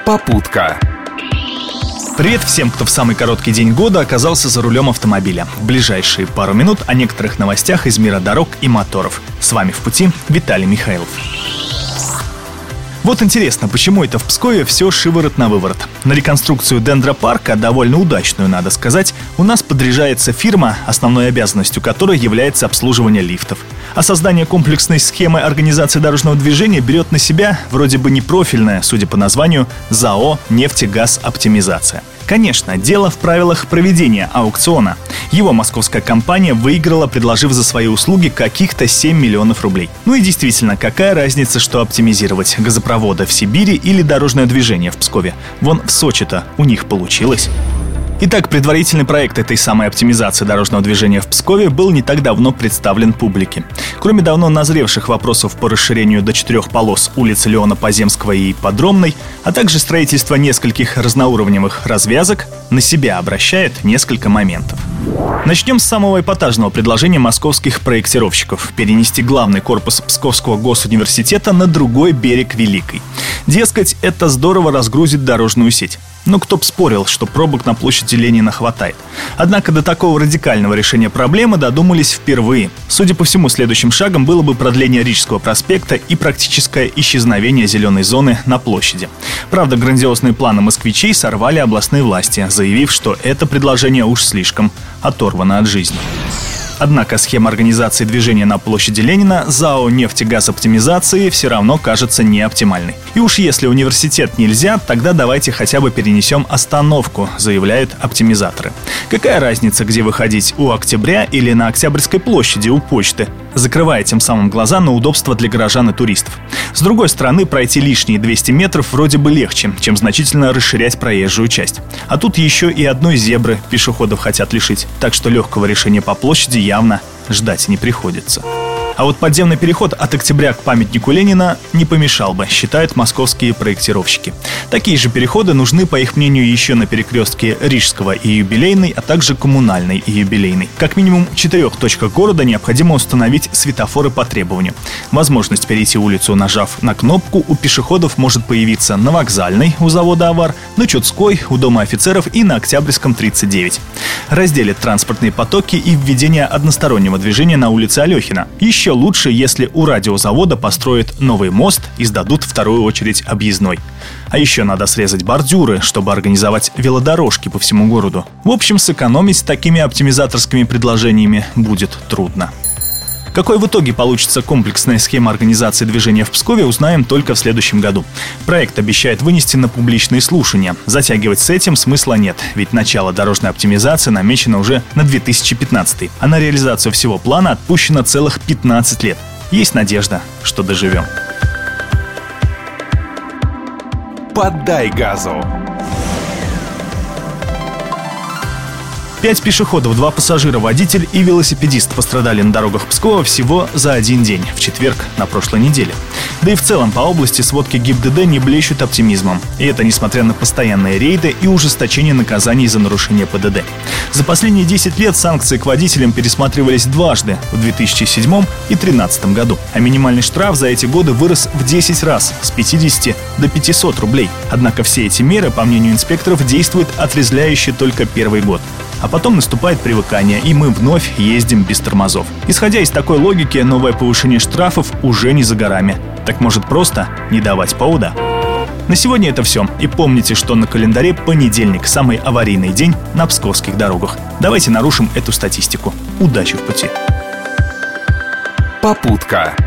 Попутка. Привет всем, кто в самый короткий день года оказался за рулем автомобиля. В ближайшие пару минут о некоторых новостях из мира дорог и моторов. С вами в пути Виталий Михайлов. Вот интересно, почему это в Пскове все шиворот на выворот. На реконструкцию дендропарка, довольно удачную, надо сказать, у нас подряжается фирма, основной обязанностью которой является обслуживание лифтов. А создание комплексной схемы организации дорожного движения берет на себя, вроде бы непрофильное, судя по названию, ЗАО «Нефтегаз-Оптимизация». Конечно, дело в правилах проведения аукциона. Его московская компания выиграла, предложив за свои услуги каких-то 7 миллионов рублей. Ну и действительно, какая разница, что оптимизировать: газопроводы в Сибири или дорожное движение в Пскове? Вон в Сочи-то у них получилось. Итак, предварительный проект этой самой оптимизации дорожного движения в Пскове был не так давно представлен публике. Кроме давно назревших вопросов по расширению до 4 полос улиц Леона Поземского и Подромной, а также строительства нескольких разноуровневых развязок, на себя обращает несколько моментов. Начнем с самого эпатажного предложения московских проектировщиков – перенести главный корпус Псковского госуниверситета на другой берег Великой. Дескать, это здорово разгрузит дорожную сеть. Но кто б спорил, что пробок на площади Ленина хватает. Однако до такого радикального решения проблемы додумались впервые. Судя по всему, следующим шагом было бы продление Рижского проспекта и практическое исчезновение зеленой зоны на площади. Правда, грандиозные планы москвичей сорвали областные власти, заявив, что это предложение уж слишком оторвано от жизни. Однако схема организации движения на площади Ленина ЗАО «Нефтегаз-Оптимизации» все равно кажется неоптимальной. И уж если университет нельзя, тогда давайте хотя бы перенесем остановку, заявляют оптимизаторы. Какая разница, где выходить, у Октября или на Октябрьской площади у почты, закрывая тем самым глаза на удобства для горожан и туристов. С другой стороны, пройти лишние 200 метров вроде бы легче, чем значительно расширять проезжую часть. А тут еще и одной зебры пешеходов хотят лишить, так что легкого решения по площади явно ждать не приходится. А вот подземный переход от Октября к памятнику Ленина не помешал бы, считают московские проектировщики. Такие же переходы нужны, по их мнению, еще на перекрестке Рижского и Юбилейной, а также Коммунальной и Юбилейной. Как минимум в 4 точках города необходимо установить светофоры по требованию. Возможность перейти улицу, нажав на кнопку, у пешеходов может появиться на Вокзальной у завода «Авар», на Чудской у Дома офицеров и на Октябрьском 39. Разделит транспортные потоки и введение одностороннего движения на улице Алехина. Еще лучше, если у радиозавода построят новый мост и сдадут вторую очередь объездной. А еще надо срезать бордюры, чтобы организовать велодорожки по всему городу. В общем, сэкономить такими оптимизаторскими предложениями будет трудно. Какой в итоге получится комплексная схема организации движения в Пскове, узнаем только в следующем году. Проект обещает вынести на публичные слушания. Затягивать с этим смысла нет, ведь начало дорожной оптимизации намечено уже на 2015, а на реализацию всего плана отпущено целых 15 лет. Есть надежда, что доживем. Поддай газу. 5 пешеходов, 2 пассажира, водитель и велосипедист пострадали на дорогах Пскова всего за один день, в четверг на прошлой неделе. Да и в целом по области сводки ГИБДД не блещут оптимизмом. И это несмотря на постоянные рейды и ужесточение наказаний за нарушение ПДД. За последние 10 лет санкции к водителям пересматривались дважды, в 2007 и 2013 году. А минимальный штраф за эти годы вырос в 10 раз, с 50 до 500 рублей. Однако все эти меры, по мнению инспекторов, действуют отрезвляюще только первый год. А потом наступает привыкание, и мы вновь ездим без тормозов. Исходя из такой логики, новое повышение штрафов уже не за горами. Так может просто не давать повода? На сегодня это все. И помните, что на календаре понедельник, самый аварийный день на псковских дорогах. Давайте нарушим эту статистику. Удачи в пути. Попутка.